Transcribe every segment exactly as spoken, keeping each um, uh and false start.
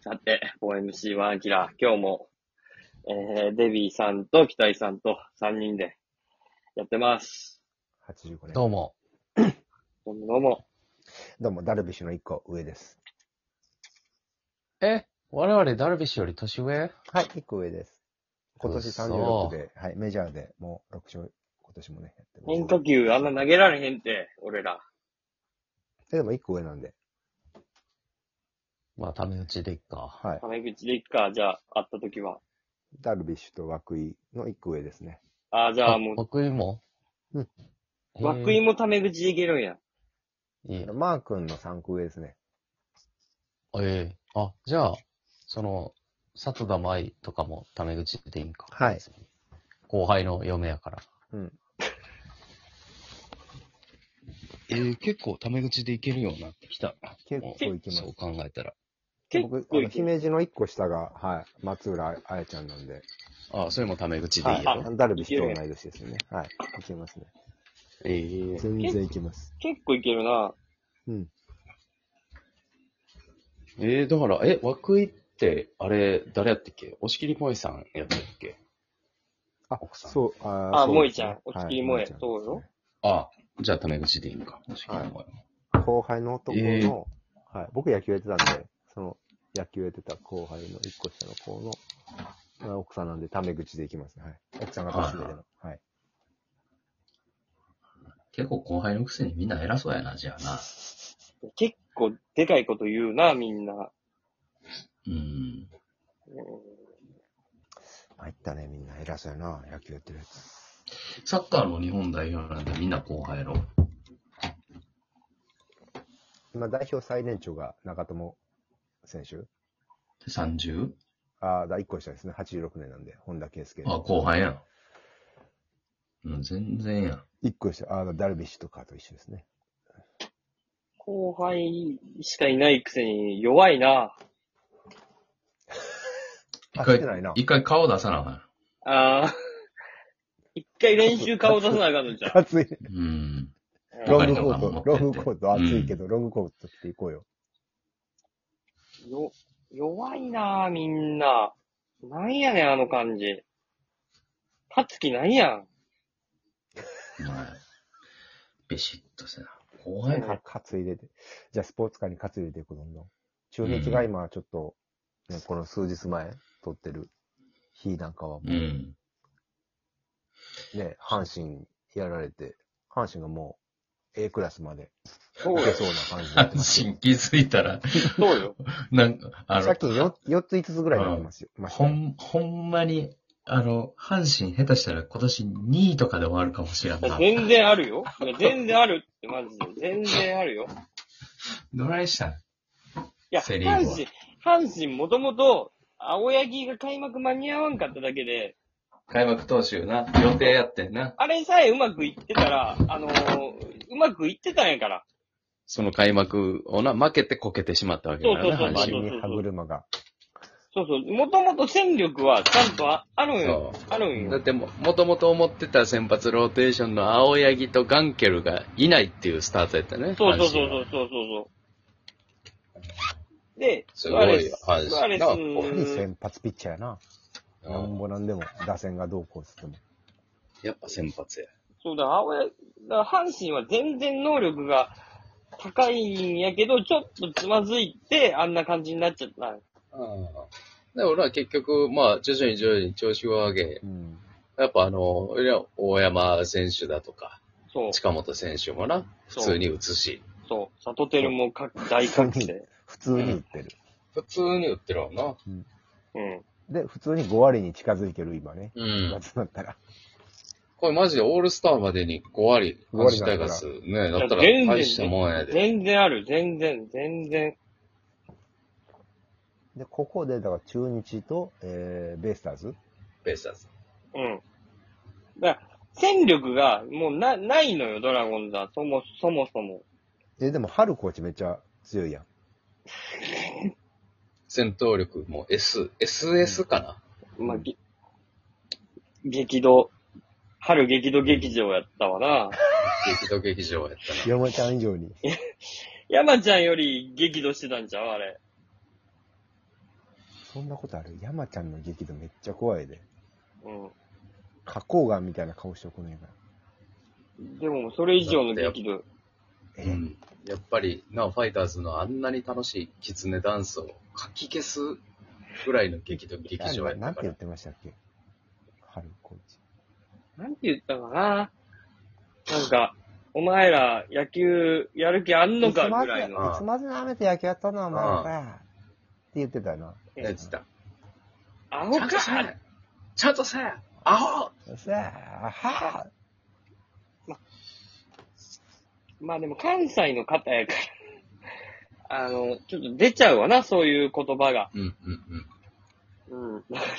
さて、フォーエムシーワン アキラ、今日も、えー、デビーさんと北井さんとさんにんでやってます。 はちじゅうごねん。 どうも。 どうもどうも。 どうも、ダルビッシュのいっこ上です。 え我々ダルビッシュより年上はい、いっこ上です。今年さんじゅうろくで、はい、メジャーでもうろく勝、今年もね、やってます。 変化球あんな投げられへんって、俺ら。 え、でもいっこ上なんで。 まあ、タメ口でいっか。 はい。 タメ口でいっか、じゃあ、会った時は。 ダルビッシュと涌井のいっこ上ですね。 あー、じゃあもう、 涌井もうん。 涌井もタメ口でいけるんや。 いい。 マー君のさんこ上ですね。 ええあ、じゃあ、その、里田舞とかもタメ口でいいんか。 はい。 後輩の嫁やから。 うん。 えー、結構タメ口でいけるようになってきた。 結構いきます。 そう考えたら。 結僕、あの、 構いける。 姫路のいっこ下が、はい、松浦彩ちゃんなんで。 あ、それもタメ口でいいはよ。 い。ダルビッシュと同い年ですよね。はい。いけますね。 ええ全然いけます。 結構いけるな。 うん。 えー、だから、え、涌井って、あれ、誰やったっけ押切萌さんやったっけあ、 奥さんそう、ああ、 そうですね萌ちゃん。押切萌え。 はい萌ちゃんそうよ。 あ、じゃあタメ口でいいんか。押切萌も。 後輩の男の、 えーはい、僕野球やってたんで、その野球やってた後輩のいっこ下の子の、まあ、奥さんなんでタメ口でいきますね。はい。奥さんが年上での。はい。 結構後輩のくせにみんな偉そうやな、じゃあな。 結構でかいこと言うな、みんな。 うん。 うん入ったね、みんな偉そうやな、野球やってるやつ。 サッカーの日本代表なんでみんな後輩やろ。 今代表最年長が長友選手。 さんじゅう? ああ、だいっこ下ですね。はちじゅうろくねんなんで、本田圭佑。 あ、後輩やん。うん、全然やん。 いっこ下、ああ、ダルビッシュとかと一緒ですね。 後輩しかいないくせに弱いな。 あ、 一回してないな。 一回顔出さなあかん。 ああ。一回練習顔出さなあかんのじゃん。 暑い。 うん。 ロングコわかりとかも持ート、 ってってロングコート暑いけど、ロングコート着ていこうよ。 よ、弱いなぁ、みんな。なんやねん、あの感じ。勝つ気ないやん。 お前、ビシッとせな。後輩か、カツ入れて。じゃあ、スポーツカーにカツ入れていく、どんどん。中日が今、ちょっと、ね、この数日前、撮ってる日なんかはもうん。 う、ね、阪神やられて、阪神がもう、A クラスまで、 そうよ。 いけそうな感じになってますよ。 心気づいたら、 そうよ。 なんか、あの、 借金 よっついつつぐらいになってますよ。ましたよほん、ほんまに、あの、阪神下手したら今年にいとかで終わるかもしれんな。 全然あるよ。いや全然あるって、マジで。全然あるよ。 どないしたんいや、 セリーグは阪神、阪神もともと、青柳が開幕間に合わんかっただけで、 開幕投手な、予定やってんな。 あれさえうまくいってたら、あのーうまくいってたんやから。 その開幕をな、負けてこけてしまったわけだよな、 そうそうそう阪神周りに歯車が。 そうそう。もともと戦力はちゃんとああるんよ。 そうあるんよ。 だっても、もともと思ってた先発ローテーションの青柳とガンケルがいないっていうスタートやったね。 そうそうそう阪神はそうそうそう。で、 すごいよスアレス、スアレス阪やっぱり先発ピッチャーやな。 うんなんぼなんでも、打線がどうこうつっても。 やっぱ先発や。 そうだ、青柳、だから阪神は全然能力が高いんやけど、ちょっとつまずいて、あんな感じになっちゃった。 ああ。で、俺は結局、まあ、徐々に徐々に調子を上げ、 うん。 やっぱあの、いや大山選手だとか、 そう、 近本選手もな、普通に打つし、 そう。サトテルもか大覚醒。 普通に打ってる。 普通に打ってるわな。 うん。 で、普通にご割に近づいてる、今ね。 うん夏になったら。 これマジでオールスターまでにご割、 ご割阪神タイガースね、だったら全然大したもんやで。 全然ある、全然、全然。 で、ここで、だから中日と、えー、ベイスターズベイスターズ。 うん。だから、戦力がもうな、ないのよ、ドラゴンズは。そも、そもそも。 え、でも、春コーチめっちゃ強いやん。 戦闘力も S、エスエス かな、 まあ、ぎ激怒、春激怒劇場やったわな。 激怒劇場やったな。 山ちゃん以上に。 山ちゃんより激怒してたんちゃうあれ。 そんなことある？山ちゃんの激怒めっちゃ怖いで。 うん。 花崗岩みたいな顔しておくねんから。 でも、それ以上の激怒。 え、 うん。やっぱり、なおファイターズのあんなに楽しいキツネダンスをかき消すぐらいの激怒、劇場やったから。 なんて言ってましたっけ？春コーチ。 なんて言ったかな。なんか、お前ら野球やる気あんのかぐらいの。 いつまで舐めて野球やったのお前ら。って言ってたな。 やってた。 アホかちゃんとせえアホさあ、はま、まあでも関西の方やから、あの、ちょっと出ちゃうわな、そういう言葉が。 うんうんうん。 うん。だから。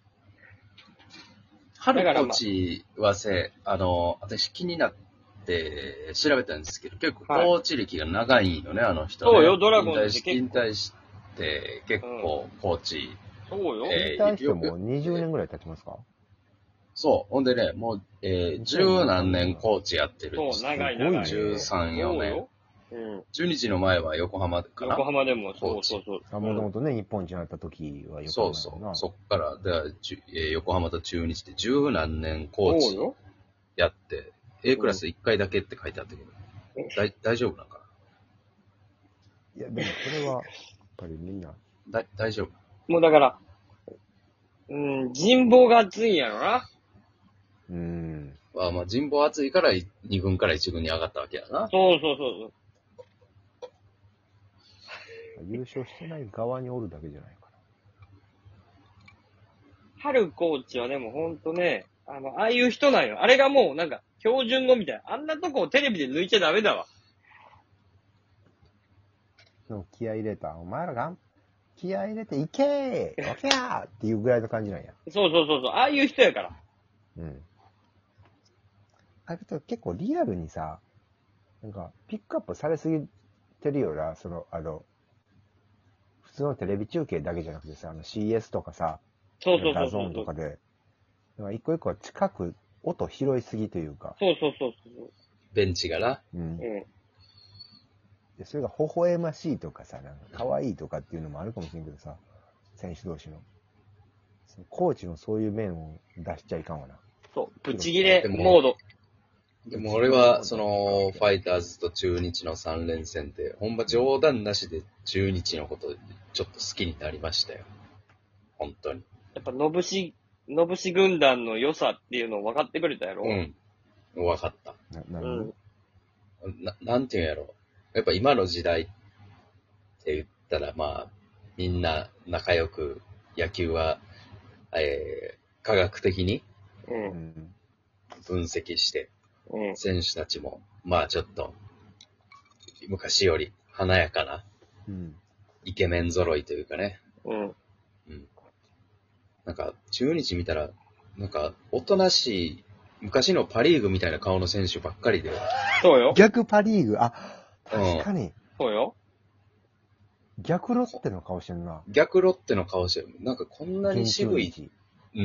春コーチはせ、あの、私気になって調べたんですけど、結構コーチ歴が長いよね、あの人、ね。 そうよ、ドラゴンズで引退して結構コーチ。 そうよ。 引退してもにじゅうねんぐらい経ちますか？ そう。ほんでね、もう、えー、十何年コーチやってる。 そう、長い長い。 じゅうさん、よねん。 うん。 中日の前は横浜かな。 横浜でも、そうそうそう。 もともとね、日本一になった時は横浜だな。 そうそう。そっから、で、えー、横浜と中日で十何年コーチやって、A クラスいっかいだけって書いてあったけど、うん、大大丈夫なんかな。いや、でもそれは、やっぱりみんな。 だ大丈夫。 もうだから、うん、人望が厚いんやろな。 うん。 まあまあ人望厚いからに軍からいち軍に上がったわけやな。 そうそうそうそう。 優勝してない側におるだけじゃないかな。 春コーチはでもほんとね、あの、ああいう人なんよ。あれがもうなんか標準語みたいな。あんなとこをテレビで抜いちゃダメだわ。 の気合い入れた。お前らがん、気合い入れていけーわけやーっていうぐらいの感じなんや。 そうそうそうそう。ああいう人やから。 うん。あれと結構リアルにさ、なんか、ピックアップされすぎてるよな、その、あの、普通のテレビ中継だけじゃなくてさ、あの シーエス とかさ、 そうそうそうそう。 ダゾーンとかで、なんか一個一個近く音拾いすぎというか。 そうそうそうそう。 ベンチがな。 うん。うん、 でそれが微笑ましいとかさ、なんか可愛いとかっていうのもあるかもしれんけどさ、選手同士の。コーチのそういう面を出しちゃいかんわな。 そう、ブチギレモード。 でも俺は、その、ファイターズと中日のさん連戦で、ほんま冗談なしで中日のことちょっと好きになりましたよ。本当に。 やっぱ、のぶし、のぶし軍団の良さっていうのを分かってくれたやろ？ うん。分かった。 な、なるほど。な、なんていうんやろ。やっぱ今の時代って言ったら、まあ、みんな仲良く野球は、えー、科学的に分析して、うん、選手たちも、まあちょっと、昔より華やかな、うん、イケメン揃いというかね。うん。うん。なんか、中日見たら、なんか、おとなしい、昔のパリーグみたいな顔の選手ばっかりで。 そうよ。 逆パリーグ、あ、確かに。うん、 そうよ。 逆ロッテの顔してるな。 逆ロッテの顔してる。なんかこんなに渋い。うん。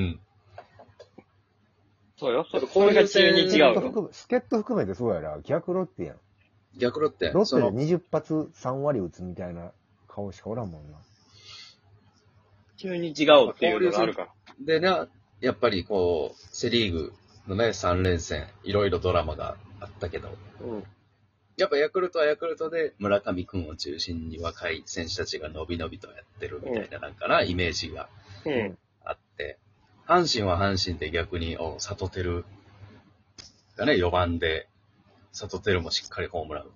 そうよ。それ、これが中日が合うよ。 助っ人含めてそうやな。逆ロッテやん。 逆ロッテ。 ロッテでにじゅっ発さん割打つみたいな顔しかおらんもんな。 中日が合うっていうのがあるから。 でな、やっぱりこう、セリーグのね、さん連戦、いろいろドラマがあったけど、うん、やっぱヤクルトはヤクルトで村上くんを中心に若い選手たちが伸び伸びとやってるみたいな、なんかな、うん、イメージがあって、阪神は阪神で逆に、お、サトテルがね、よばんで、サトテルもしっかりホームラン打って、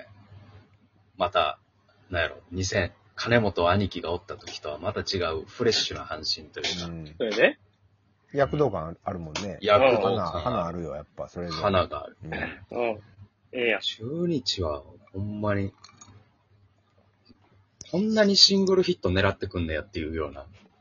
また、なんやろ、にせん、金本兄貴がおった時とはまた違うフレッシュな阪神というか。うん、 それで躍動感あるもんね。 躍動感。 花あるよ、やっぱ、それで。 花がある。 うん。うん。ええや。 中日は、ほんまに、こんなにシングルヒット狙ってくんねやっていうような。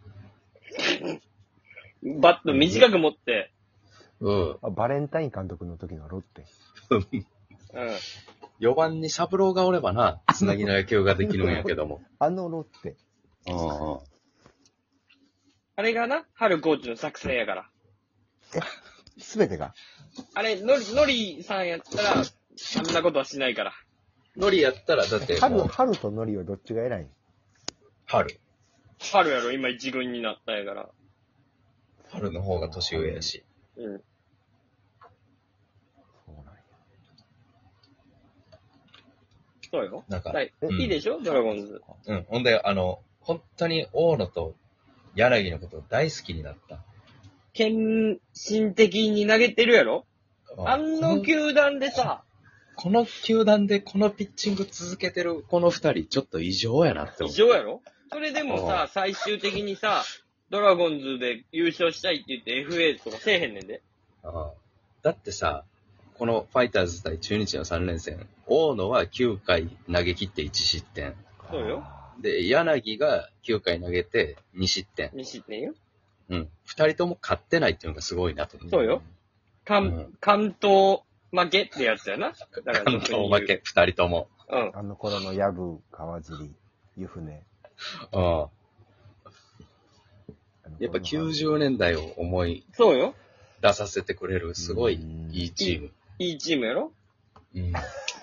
バット短く持って。 うん。 あ、バレンタイン監督の時のロッテ。 うん。よばんにサブローがおればな、つなぎの野球ができるんやけども。 あのロッテ。 うんうん。 あれがな、春コーチの作戦やから。 え、すべてがあれ、のり、のりさんやったら、あんなことはしないから。 のりやったら、だって春、春とのりはどっちが偉いん？ 春。 春やろ、今一軍になったんやから。 春の方が年上やし。 うん。 そうなんや。 そうよ。 なんか、 はいうん、いいでしょドラゴンズ。 うん。ほんで、あの、本当に大野と柳のこと大好きになった。 献身的に投げてるやろあの球団でさ、 この球団でこのピッチング続けてるこの二人、ちょっと異常やなって思う。 異常やろそれでもさ、最終的にさ、ドラゴンズで優勝したいって言って エフエー とかせえへんねんで。 ああだってさ、このファイターズ対中日のさん連戦、大野はきゅうかい投げ切っていち失点。 そうよ。 で、柳がきゅうかい投げてに失点。 に失点よ。 うん。二人とも勝ってないっていうのがすごいなと思う。 そうよ。関、うん、関東負けってやつやな。 だから関東負け、二人とも。 うん。 あの頃の藪、川尻、湯船。 ああ。やっぱきゅうじゅうねんだいを思いそうよ。 出させてくれる、すごいいいチーム。 いい、いいチームやろうん。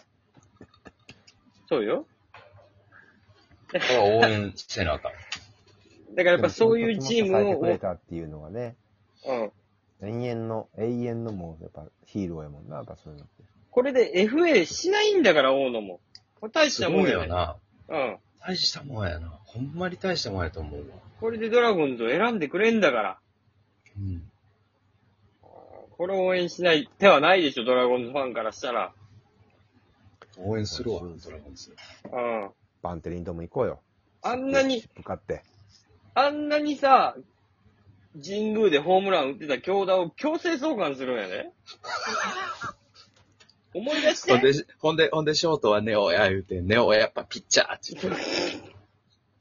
そうよ。 これは応援せなあかん。 だからやっぱそういうチームを。 支えてくれたっていうのがね。 うん。 永遠の、永遠のもう、やっぱヒーローやもんな、やっぱそういうのって。 これで エフエー しないんだから、大野も。これ大したもんや、 ね。すごいよな。 うん。 大したもんやな。ほんまに大したもんやと思うわ。 これでドラゴンズを選んでくれんだから。 うん。 これを応援しない手はないでしょ、ドラゴンズファンからしたら。 応援するわ、ドラゴンズ。 うん。 バンテリンとも行こうよ。 あんなに、 向かって。 あんなにさ、神宮でホームラン打ってた京田を強制送還するんやで。思い出して。 ほんで、ほんで、ほんで、ショートはネオや言うて、ネオはやっぱピッチャーって言って。